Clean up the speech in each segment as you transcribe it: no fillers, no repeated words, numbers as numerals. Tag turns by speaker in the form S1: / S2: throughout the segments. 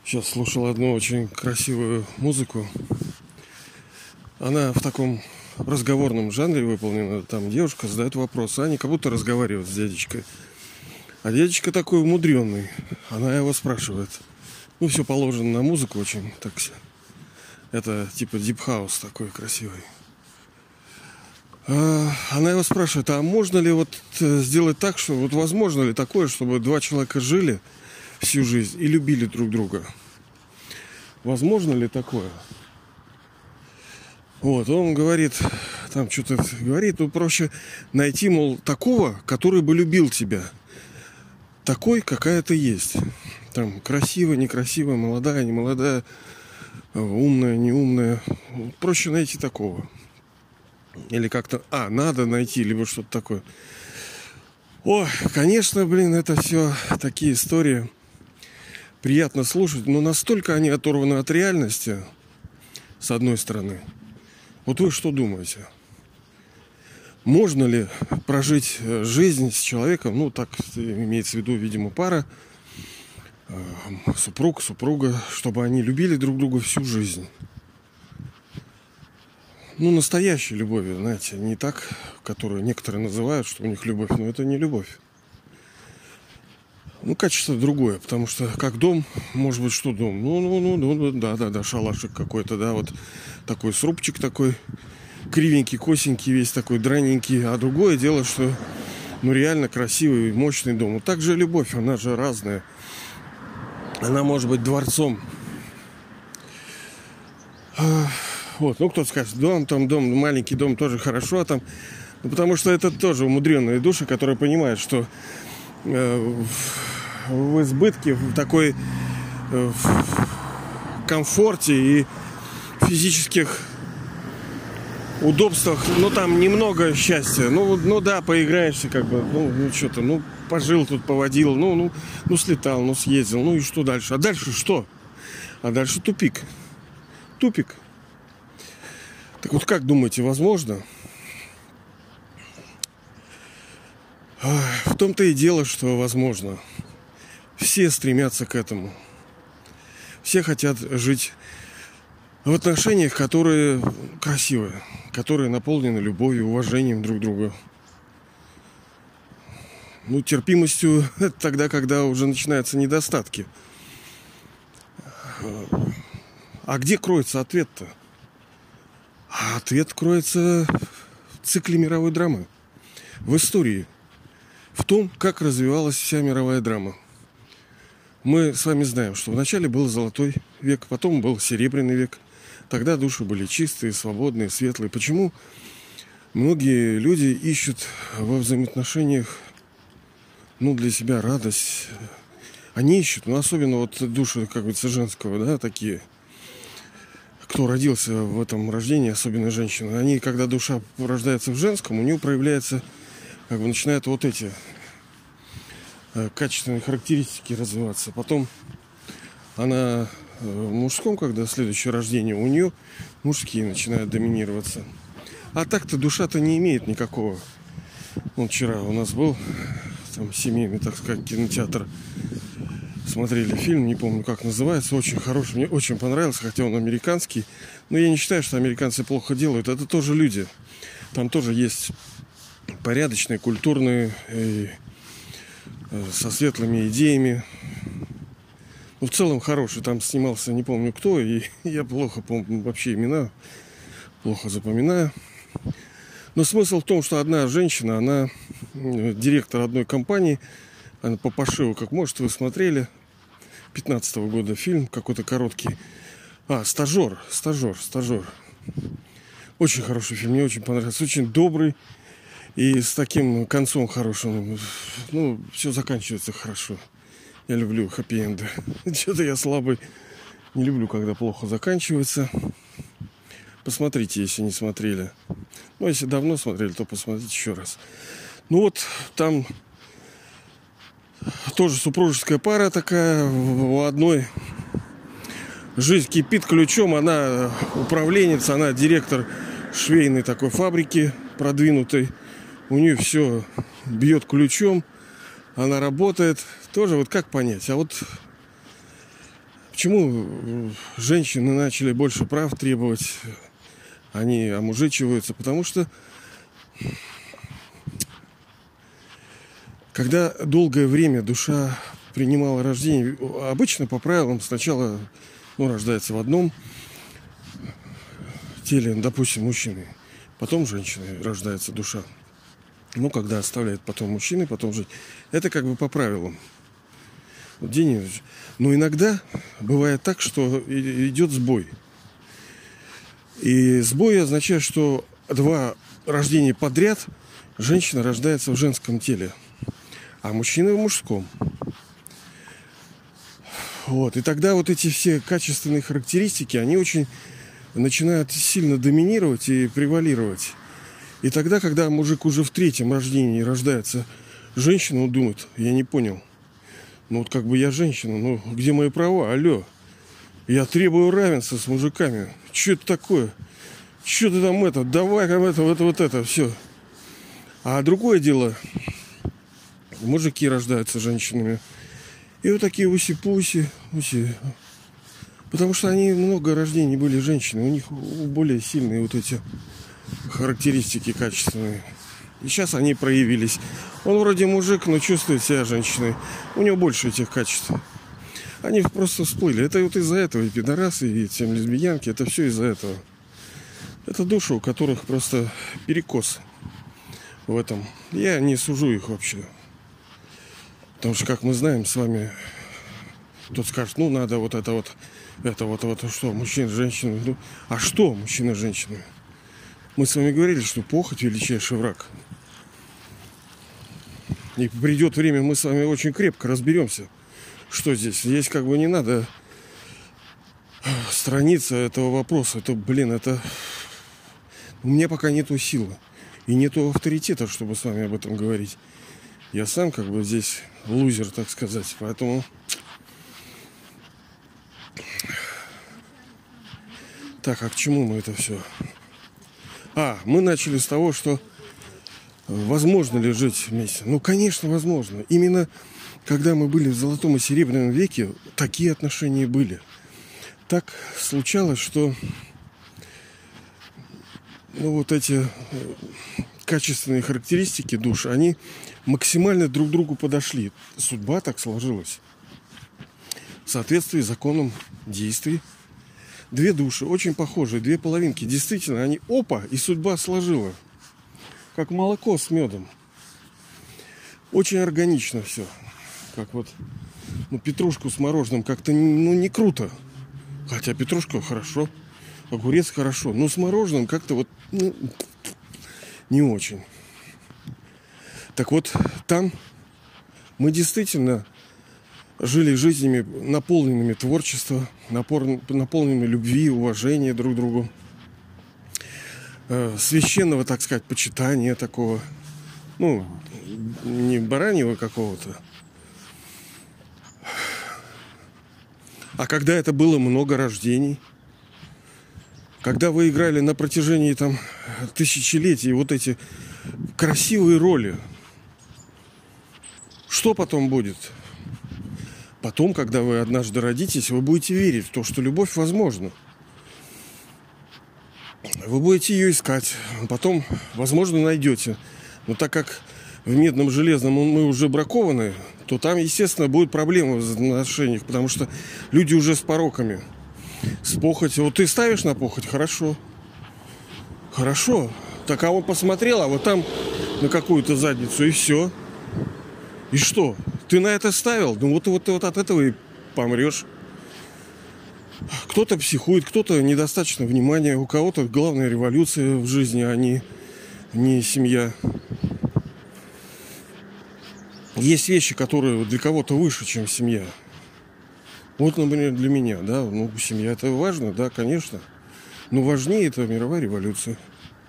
S1: Сейчас слушал одну очень красивую музыку. Она в таком разговорном жанре выполнена. Там девушка задает вопрос, а они как будто разговаривают с дядечкой. А дядечка такой умудренный. Она его спрашивает. Ну, все положено на музыку очень так. Это типа дип-хаус такой красивый. Она его спрашивает, а можно ли вот сделать так, что вот возможно ли такое, чтобы два человека жили всю жизнь и любили друг друга? Возможно ли такое? Вот, он говорит, там что-то говорит, ну проще найти, мол, такого, который бы любил тебя. Такой, какая ты есть. Там красивая, некрасивая, молодая, не молодая, умная, не умная. Проще найти такого. Или как-то, надо найти, либо что-то такое. Ой, конечно, это все такие истории. Приятно слушать, но настолько они оторваны от реальности, с одной стороны. Вот вы что думаете? Можно ли прожить жизнь с человеком, ну, так имеется в виду, видимо, пара, супруг, супруга, чтобы они любили друг друга всю жизнь? Ну, настоящей любовью, знаете, не так, которую некоторые называют, что у них любовь, но это не любовь. Ну, качество другое, потому что как дом, может быть, что дом? Да, шалашик какой-то, да, вот такой срубчик такой, кривенький, косенький, весь такой драненький. А другое дело, что, реально красивый, мощный дом. Вот так же любовь, она же разная. Она может быть дворцом. Вот, кто-то скажет, дом, маленький дом тоже хорошо, там, потому что это тоже умудренные души, которые понимают, что в избытке, в такой комфорте и физических удобствах, там немного счастья. Да, поиграешься как бы, что-то, пожил тут, поводил, слетал, съездил, и что дальше? А дальше что? А дальше тупик. Тупик. Так вот, как думаете, возможно? В том-то и дело, что возможно. Все стремятся к этому. Все хотят жить в отношениях, которые красивые, которые наполнены любовью, уважением друг к другу. Терпимостью это тогда, когда уже начинаются недостатки. А где кроется ответ-то? А ответ кроется в цикле мировой драмы. В истории. В том, как развивалась вся мировая драма. Мы с вами знаем, что вначале был золотой век, потом был серебряный век. Тогда души были чистые, свободные, светлые. Почему многие люди ищут во взаимоотношениях, для себя радость? Они ищут, особенно души, как говорится, женского, да, такие, кто родился в этом рождении, особенно женщины. Они, когда душа рождается в женском, у нее проявляется, начинают эти качественные характеристики развиваться. Потом она в мужском, когда следующее рождение, у нее мужские начинают доминироваться. А так-то душа-то не имеет никакого. Вчера у нас был там семейный, так сказать, кинотеатр. Смотрели фильм, не помню, как называется, очень хороший, мне очень понравился, хотя он американский. Но я не считаю, что американцы плохо делают. Это тоже люди. Там тоже есть порядочные, культурные, со светлыми идеями. В целом хороший. Там снимался, не помню кто, и я плохо помню вообще имена, плохо запоминаю. Но смысл в том, что одна женщина, она директор одной компании, она по пошиву, как может, вы смотрели, 15-го года фильм, какой-то короткий. Стажер. Очень хороший фильм, мне очень понравился, очень добрый. И с таким концом хорошим. Все заканчивается хорошо. Я люблю хэппи-энды. Что-то я слабый. Не люблю, когда плохо заканчивается. Посмотрите, если не смотрели. Если давно смотрели, то посмотрите еще раз. Там тоже супружеская пара такая. У одной жизнь кипит ключом. Она управленец, она директор швейной такой фабрики продвинутой. У нее все бьет ключом. Она работает. Тоже как понять? Почему женщины начали больше прав требовать, они омужичиваются? Потому что когда долгое время душа принимала рождение, обычно по правилам сначала рождается в одном теле, допустим, мужчины, потом женщины, рождается душа. Когда оставляет потом мужчины, потом жить. Это как бы по правилам. Но иногда бывает так, что идет сбой. И сбой означает, что 2 рождения подряд женщина рождается в женском теле, а мужчина в мужском. И тогда вот эти все качественные характеристики, они очень начинают сильно доминировать и превалировать. И тогда, когда мужик уже в 3-м рождении рождается женщина, он думает: я не понял. Как бы я женщина, где мои права? Алло. Я требую равенства с мужиками. Что это такое? Что ты там давай это, все. А другое дело, мужики рождаются женщинами. И вот такие уси-пуси. Потому что они много рождений были женщины. У них более сильные вот эти характеристики качественные. И сейчас они проявились. Он вроде мужик, но чувствует себя женщиной. У него больше этих качеств. Они просто всплыли. Это вот из-за этого и пидорасы, и тем лесбиянки. Это все из-за этого. Это души, у которых просто перекос в этом. Я не сужу их вообще. Потому что, как мы знаем с вами, кто-то скажет: надо это что, мужчина, женщина. А что мужчина, женщина? Мы с вами говорили, что похоть — величайший враг. И придет время, мы с вами очень крепко разберемся, что здесь. Здесь как бы не надо сторониться этого вопроса. Это... У меня пока нету силы. И нету авторитета, чтобы с вами об этом говорить. Я сам как бы здесь лузер, так сказать. Поэтому... Так, а к чему мы это все? Мы начали с того, что возможно ли жить вместе. Конечно, возможно. Именно когда мы были в золотом и серебряном веке, такие отношения были. Так случалось, что эти качественные характеристики душ, они максимально друг к другу подошли. Судьба так сложилась. В соответствии с законом действий. 2 души, очень похожие, 2 половинки. Действительно, они и судьба сложила. Как молоко с медом. Очень органично все. Как петрушку с мороженым как-то не круто. Хотя петрушка хорошо, огурец хорошо. Но с мороженым как-то не очень. Так там мы действительно жили жизнями, наполненными творчеством, наполненными любви, уважения друг к другу, священного, так сказать, почитания такого, не бараньего какого-то. А когда это было много рождений, когда вы играли на протяжении тысячелетий эти красивые роли, что потом будет? Потом, когда вы однажды родитесь, вы будете верить в то, что любовь возможна. Вы будете ее искать. Потом, возможно, найдете. Но так как в медном железном мы уже бракованы, то там, естественно, будут проблемы в отношениях, потому что люди уже с пороками, с похотью. Ты ставишь на похоть? Хорошо. Хорошо. Так он посмотрел, а там на какую-то задницу, и все. И что? Ты на это ставил? Ты от этого и помрешь. Кто-то психует, кто-то недостаточно внимания, у кого-то главная революция в жизни, а не семья. Есть вещи, которые для кого-то выше, чем семья. Например, для меня, да, семья — это важно, да, конечно. Но важнее это мировая революция.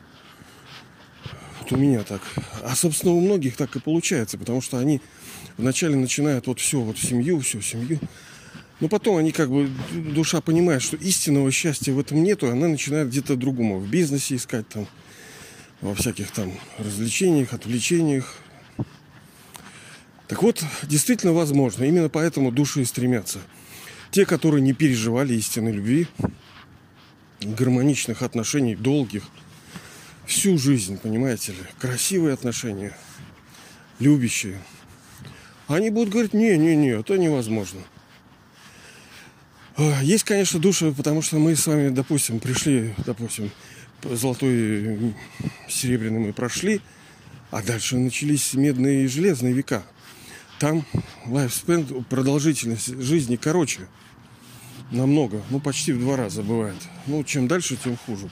S1: У меня так. А, собственно, у многих так и получается, потому что они вначале начинают всю семью. Но потом они душа понимает, что истинного счастья в этом нету, она начинает где-то другому, в бизнесе искать, во всяких развлечениях, отвлечениях. Так действительно возможно. Именно поэтому души и стремятся. Те, которые не переживали истинной любви, гармоничных отношений, долгих, всю жизнь, понимаете ли, красивые отношения, любящие. Они будут говорить: не, это невозможно. Есть, конечно, души, потому что мы с вами, допустим, пришли, золотой, серебряный мы прошли, а дальше начались медные и железные века. Там lifespan, продолжительность жизни короче намного, почти в 2 раза бывает. Чем дальше, тем хуже.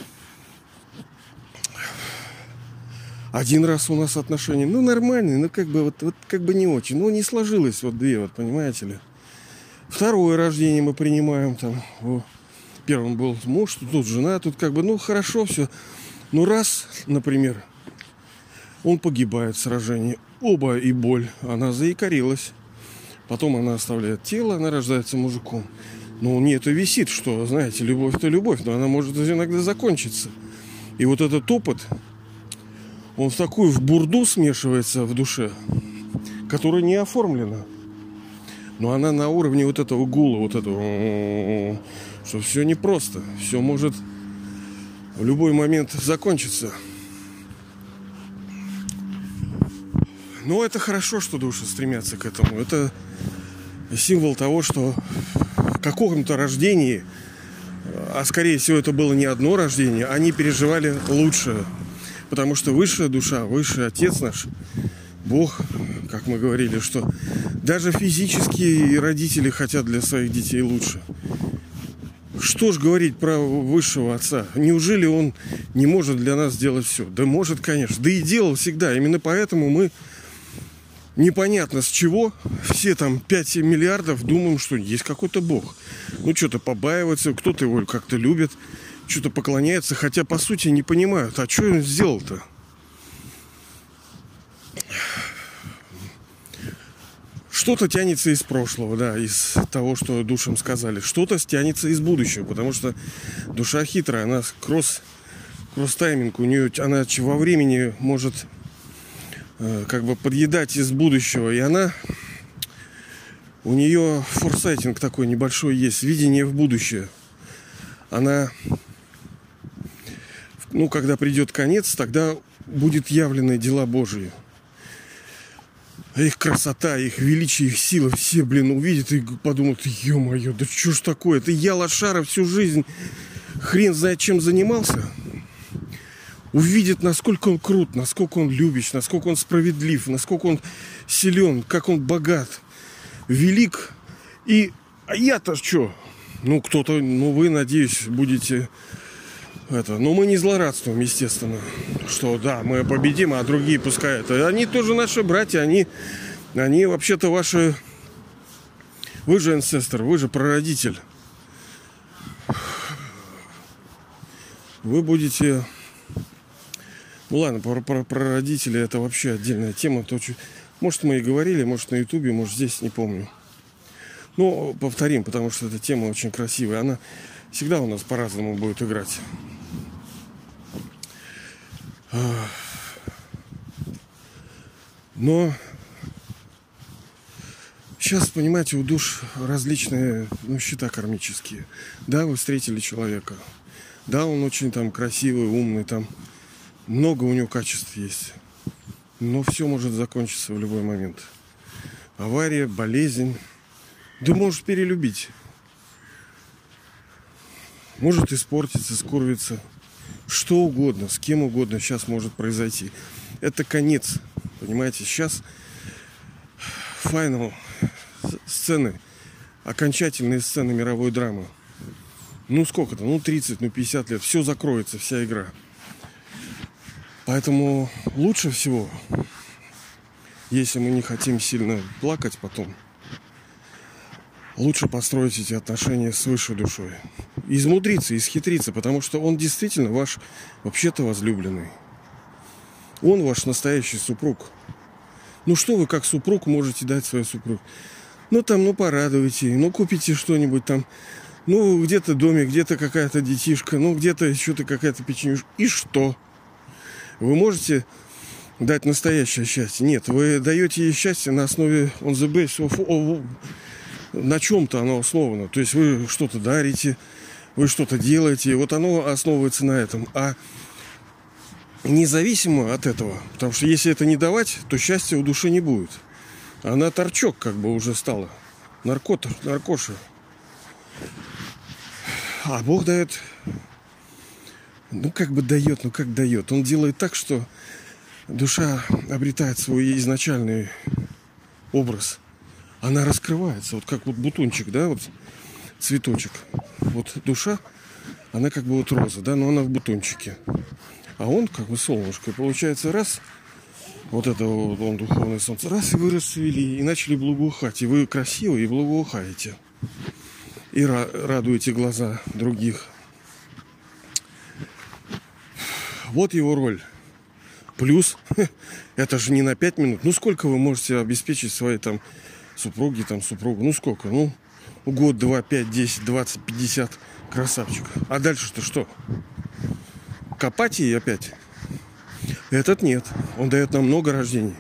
S1: Один раз у нас отношения, нормальные, как бы не очень. Не сложилось 2, понимаете ли. Второе рождение мы принимаем там. Первым был муж, тут жена, тут хорошо все. Раз, например, он погибает в сражении. Оба и боль. Она заикарилась. Потом она оставляет тело, она рождается мужиком. У нее это висит, что, знаете, любовь-то любовь, но она может иногда закончиться. И этот опыт, он в бурду смешивается в душе, которая не оформлена. Но она на уровне этого гула, что все непросто. Все может в любой момент закончиться. Но это хорошо, что души стремятся к этому. Это символ того, что в каком-то рождении, а скорее всего это было не одно рождение, они переживали лучшее. Потому что высшая душа, высший Отец наш, Бог, как мы говорили, что даже физические родители хотят для своих детей лучше. Что ж говорить про высшего Отца? Неужели Он не может для нас сделать все? Да может, конечно. Да и делал всегда. Именно поэтому мы непонятно с чего все 5-7 миллиардов думаем, что есть какой-то Бог. Что-то побаиваются, кто-то его как-то любит, что-то поклоняется, хотя по сути не понимают, а что он сделал-то? Что-то тянется из прошлого, из того, что душам сказали. Что-то тянется из будущего, потому что душа хитрая, она кросс-тайминг, у нее она во времени может подъедать из будущего, и у нее форсайтинг такой небольшой есть, видение в будущее. Она, когда придет конец, тогда будут явлены дела Божии. Их красота, их величие, их сила, все, увидят и подумают: ё-моё, да что ж такое? Это я, лошара, всю жизнь хрен знает чем занимался. Увидит, насколько он крут, насколько он любящ, насколько он справедлив, насколько он силен, как он богат, велик. А я-то что? Кто-то, вы, надеюсь, будете но мы не злорадствуем, естественно, что да, мы победим, а другие пускай это. Они тоже наши братья, они вообще-то ваши. Вы же анцестор, вы же прародитель. Вы будете. Ладно, про прародителей это вообще отдельная тема. Может, мы и говорили, может, на Ютубе, может, здесь, не помню. Повторим, потому что эта тема очень красивая. Она всегда у нас по-разному будет играть. Но сейчас, понимаете, у душ различные счета кармические. Да, вы встретили человека. Да, он очень красивый, умный, много у него качеств есть. Но все может закончиться в любой момент. Авария, болезнь. Да может перелюбить. Может испортиться, скурвиться. Что угодно, с кем угодно сейчас может произойти. Это конец. Понимаете, сейчас финал сцены, окончательные сцены мировой драмы. Сколько-то, 30, 50 лет. Все закроется, вся игра. Поэтому лучше всего, если мы не хотим сильно плакать потом, лучше построить эти отношения с высшей душой. Измудриться, исхитриться, потому что он действительно ваш, вообще-то, возлюбленный. Он ваш настоящий супруг. Что вы как супруг можете дать своей супруге? Порадуйте, купите что-нибудь где-то домик, где-то какая-то детишка, где-то что-то какая-то печенюшка. И что? Вы можете дать настоящее счастье? Нет, вы даете ей счастье на основе on the base of на чем-то оно основано. То есть вы что-то дарите, вы что-то делаете, и вот оно основывается на этом. А независимо от этого, потому что если это не давать, то счастья у души не будет. Она торчок как бы уже стала. Наркоша. А Бог дает, как дает. Он делает так, что душа обретает свой изначальный образ. Она раскрывается, вот как вот бутончик, да, вот цветочек. Вот душа, она как бы вот роза, да, но она в бутончике. А он как бы солнышко. И получается, раз, вот это вот он, духовное солнце, раз, и вы расцвели, и начали благоухать. И вы красивы, и благоухаете. И радуете глаза других. Вот его роль. Плюс, это же не на 5 минут. Ну, сколько вы можете обеспечить своей там супруге, там, супругу? Ну, сколько? Ну, год, 2, 5, 10, 20, 50. Красавчик. А дальше-то что? Копать ей опять? Этот нет. Он дает нам много рождений.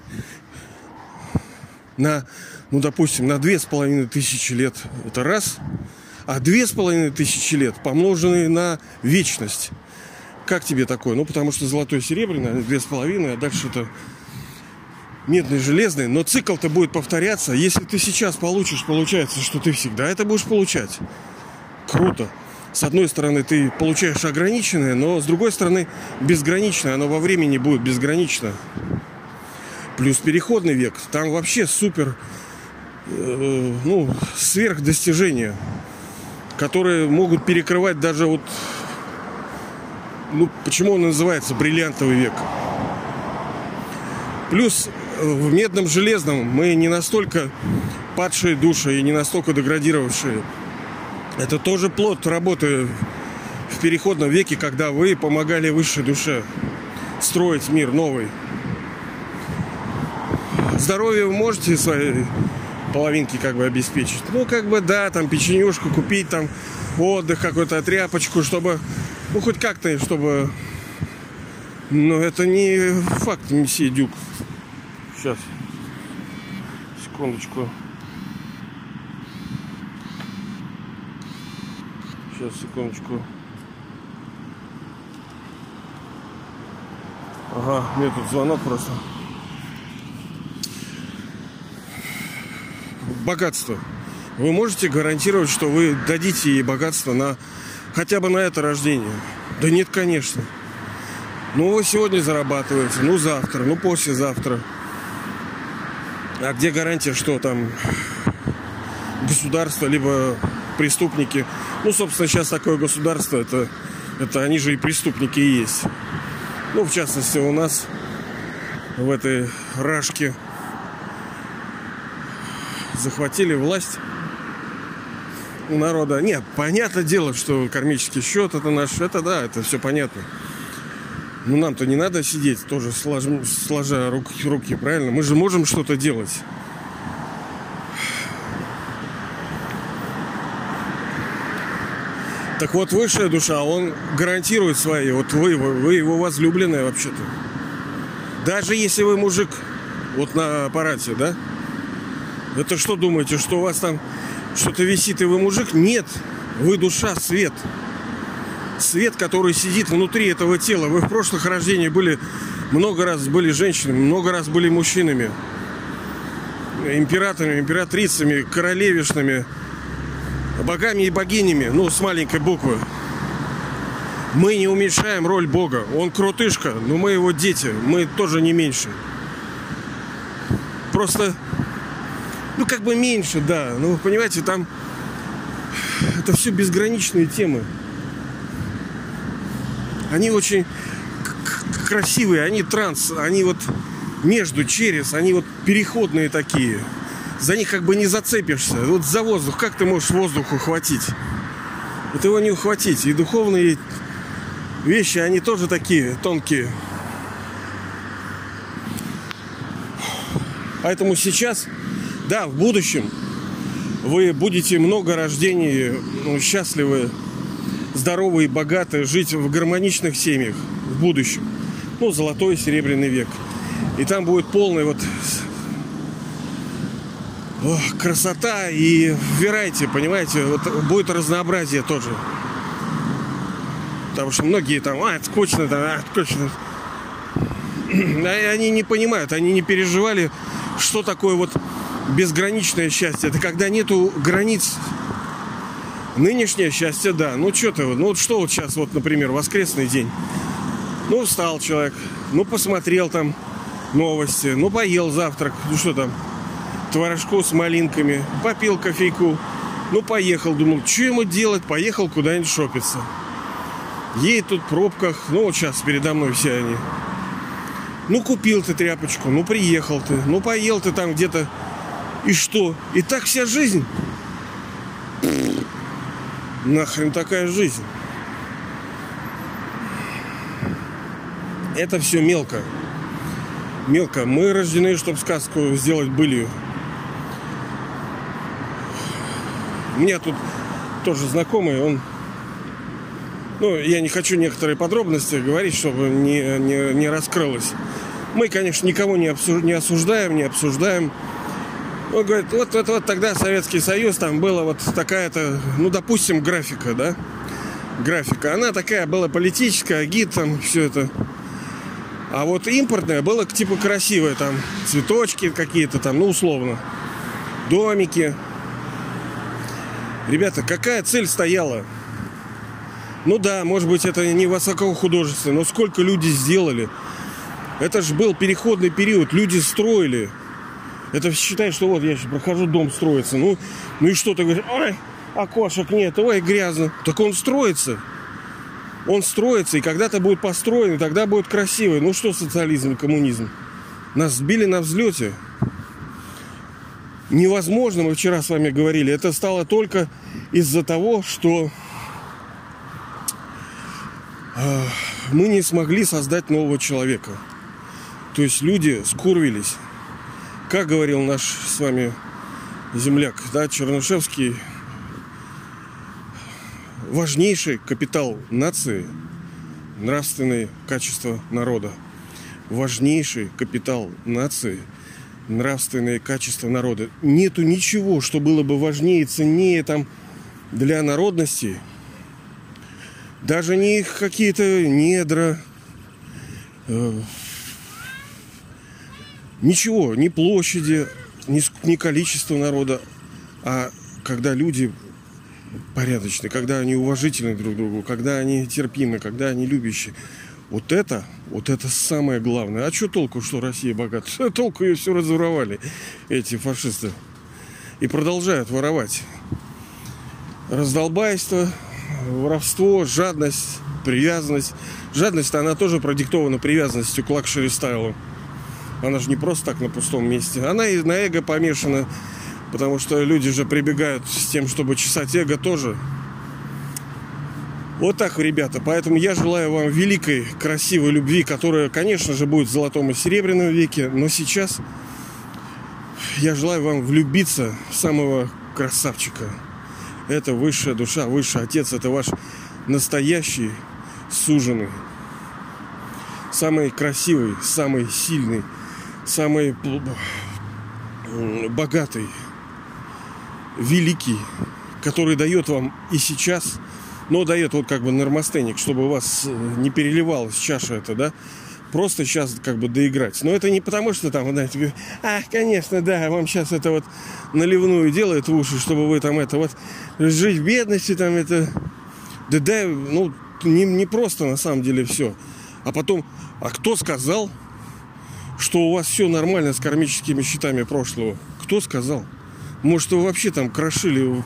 S1: Допустим, на 2500 лет. Это раз. А 2500 лет, помноженные на вечность. Как тебе такое? Ну, потому что золотой, серебряный, 2,5, а дальше это медный, железный. Но цикл-то будет повторяться. Если ты сейчас получается, что ты всегда это будешь получать. Круто. С одной стороны, ты получаешь ограниченное, но с другой стороны, безграничное. Оно во времени будет безгранично. Плюс переходный век. Там вообще супер, сверхдостижения, которые могут перекрывать даже вот... почему он называется бриллиантовый век? Плюс в медном, железном мы не настолько падшие души и не настолько деградировавшие. Это тоже плод работы в переходном веке, когда вы помогали высшей душе строить мир новый. Здоровье вы можете своей половинке как бы обеспечить. Да, там печенюшку купить, там отдых какой-то, тряпочку, чтобы, хоть как-то, чтобы... Но это не факт, месье Дюк. Сейчас. Секундочку. Сейчас, секундочку. Ага, мне тут звонок просто. Богатство. Вы можете гарантировать, что вы дадите ей богатство хотя бы на это рождение? Да нет, конечно. Вы сегодня зарабатываете, завтра, послезавтра. А где гарантия, что там государство, либо преступники? Собственно, сейчас такое государство, это они же и преступники и есть. В частности, у нас в этой рашке захватили власть у народа. Нет, понятное дело, что кармический счет это наш, это все понятно. Но нам-то не надо сидеть тоже сложа руки, правильно? Мы же можем что-то делать. Так вот, высшая душа, он гарантирует свои. Вот вы его возлюбленная вообще-то. Даже если вы мужик, вот на аппарате, да? Это что думаете, что у вас там что-то висит и вы мужик? Нет, вы душа, свет. Свет, который сидит внутри этого тела. Вы в прошлых рождениях много раз были женщинами, много раз были мужчинами. Императорами, императрицами, королевишнами, богами и богинями, с маленькой буквы. Мы не уменьшаем роль Бога. Он крутышка, но мы его дети. Мы тоже не меньше. Просто, меньше, да. Вы понимаете, там это все безграничные темы. Они очень красивые, они они вот между, через, они вот переходные такие. За них не зацепишься. Вот за воздух, как ты можешь воздух ухватить? Вот его не ухватить. И духовные вещи, они тоже такие тонкие. Поэтому сейчас, да, в будущем вы будете много рождений, счастливы, здоровые, богатые, жить в гармоничных семьях в будущем. золотой и серебряный век. И там будет полный красота и выбирайте, понимаете, вот будет разнообразие тоже. Потому что многие там, это скучно, это скучно. Они не понимают, они не переживали, что такое вот безграничное счастье. Это когда нету границ. Нынешнее счастье, да. Ну, что ты, ну, вот что вот сейчас, вот, например, воскресный день. Ну, встал человек, ну, посмотрел там новости, ну, поел завтрак, ну, что там, творожку с малинками, попил кофейку, ну, поехал, думал, что ему делать, поехал куда-нибудь шопиться. Едет тут в пробках, ну, вот сейчас передо мной все они. Ну, купил ты тряпочку, ну, приехал ты, ну, поел ты там где-то, и что? И так вся жизнь? Нахрен такая жизнь? Это все мелко. Мелко. Мы рождены, чтобы сказку сделать былью. У меня тут тоже знакомый, он... Ну, я не хочу некоторые подробности говорить, чтобы не раскрылось. Мы, конечно, никого не осуждаем, не обсуждаем. Он говорит, вот тогда Советский Союз, там была вот такая-то, ну, допустим, графика, да? Графика. Она такая была политическая, гид там, все это. А вот импортная была типа красивая, там, цветочки какие-то там, ну, условно. Домики. Ребята, какая цель стояла? Ну да, может быть, это не высокохудожественно, но сколько люди сделали. Это же был переходный период, люди строили. Это считай, что вот я сейчас прохожу, дом строится. Ну и что ты говоришь, ой, окошек нет, ой, грязно. Так он строится. Он строится, и когда-то будет построен, и тогда будет красивый. Ну что социализм и коммунизм? Нас сбили на взлете. Невозможно, мы вчера с вами говорили, это стало только из-за того, что мы не смогли создать нового человека. То есть люди скурвились. Как говорил наш с вами земляк, да, Чернышевский, важнейший капитал нации – нравственные качества народа. Важнейший капитал нации – нравственные качества народа. Нету ничего, что было бы важнее и ценнее там для народности. Даже не их какие-то недра, ничего, ни площади, ни количество народа. А когда люди порядочные, когда они уважительны друг к другу, когда они терпимы, когда они любящие. Вот это самое главное. А что толку, что Россия богата? Что толку, ее все разворовали, эти фашисты. И продолжают воровать. Раздолбайство, воровство, жадность, привязанность. Жадность, она тоже продиктована привязанностью к лакшери-стайлу. Она же не просто так на пустом месте. Она и на эго помешана, потому что люди же прибегают с тем, чтобы чесать эго тоже. Вот так, ребята. Поэтому я желаю вам великой, красивой любви, которая, конечно же, будет в золотом и серебряном веке. Но сейчас я желаю вам влюбиться в самого красавчика. Это высшая душа, высший отец. Это ваш настоящий суженый. Самый красивый, самый сильный, самый богатый, великий, который дает вам и сейчас, но дает вот как бы нормастеник, чтобы у вас не переливалась чаша эта, да, просто сейчас как бы доиграть. Но это не потому, что там, знаете, конечно, да, вам сейчас это вот наливную делает в уши, чтобы вы там это вот жить в бедности, там это, да, ну, не просто на самом деле все. А потом, а кто сказал, что у вас все нормально с кармическими счетами прошлого? Кто сказал? Может, вы вообще там крошили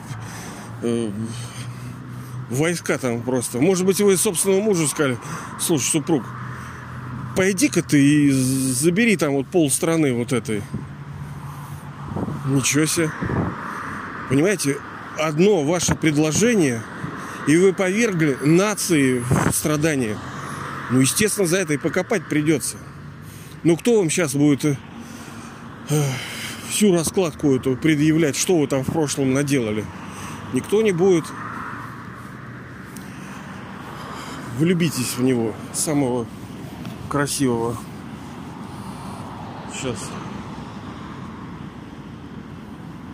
S1: войска там просто. Может быть, вы собственному мужу сказали, слушай, супруг, пойди-ка ты и забери там вот полстраны вот этой. Ничего себе. Понимаете, одно ваше предложение, и вы повергли нации в страдания. Ну, естественно, за это и покопать придется. Ну, кто вам сейчас будет всю раскладку эту предъявлять, что вы там в прошлом наделали? Никто не будет. Влюбитесь в него, самого красивого. Сейчас.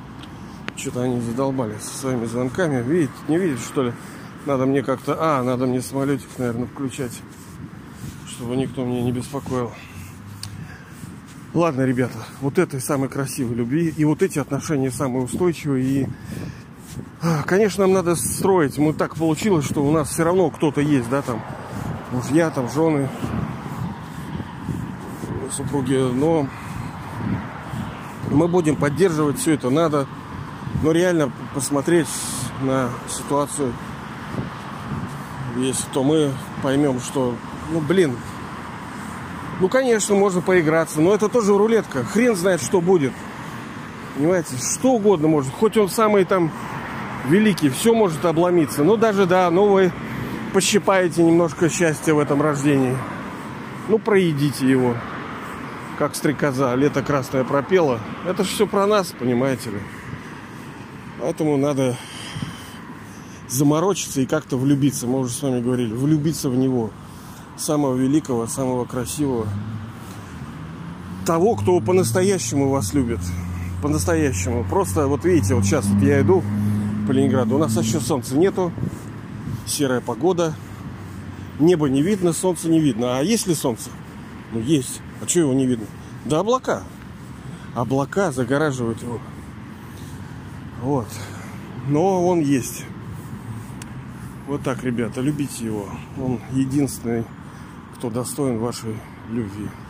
S1: Что-то они задолбали со своими звонками. Видите, не видите, что ли? Надо мне как-то... надо мне самолетик, наверное, включать, чтобы никто меня не беспокоил. Ладно, ребята, вот этой самой красивой любви и вот эти отношения самые устойчивые. И, конечно, нам надо строить. Мы так получилось, что у нас все равно кто-то есть, да, там мужья, там жены, супруги. Но мы будем поддерживать все это. Надо, но реально посмотреть на ситуацию. Если то мы поймем, что, конечно, можно поиграться, но это тоже рулетка. Хрен знает, что будет. Понимаете, что угодно может. Хоть он самый там великий, все может обломиться. Ну, даже, да, вы пощипаете немножко счастья в этом рождении. Проедите его. Как стрекоза, лето красное пропело. Это же все про нас, понимаете ли. Поэтому надо заморочиться и как-то влюбиться. Мы уже с вами говорили, влюбиться в него. Самого великого, самого красивого. Того, кто по-настоящему вас любит. По-настоящему. Просто, вот видите, вот сейчас вот я иду по Ленинграду. У нас вообще солнца нету. Серая погода. Небо не видно, солнца не видно. А есть ли солнце? Есть. А что его не видно? Да облака. Облака загораживают его. Вот. Но он есть. Вот так, ребята, любите его. Он единственный, кто достоин вашей любви.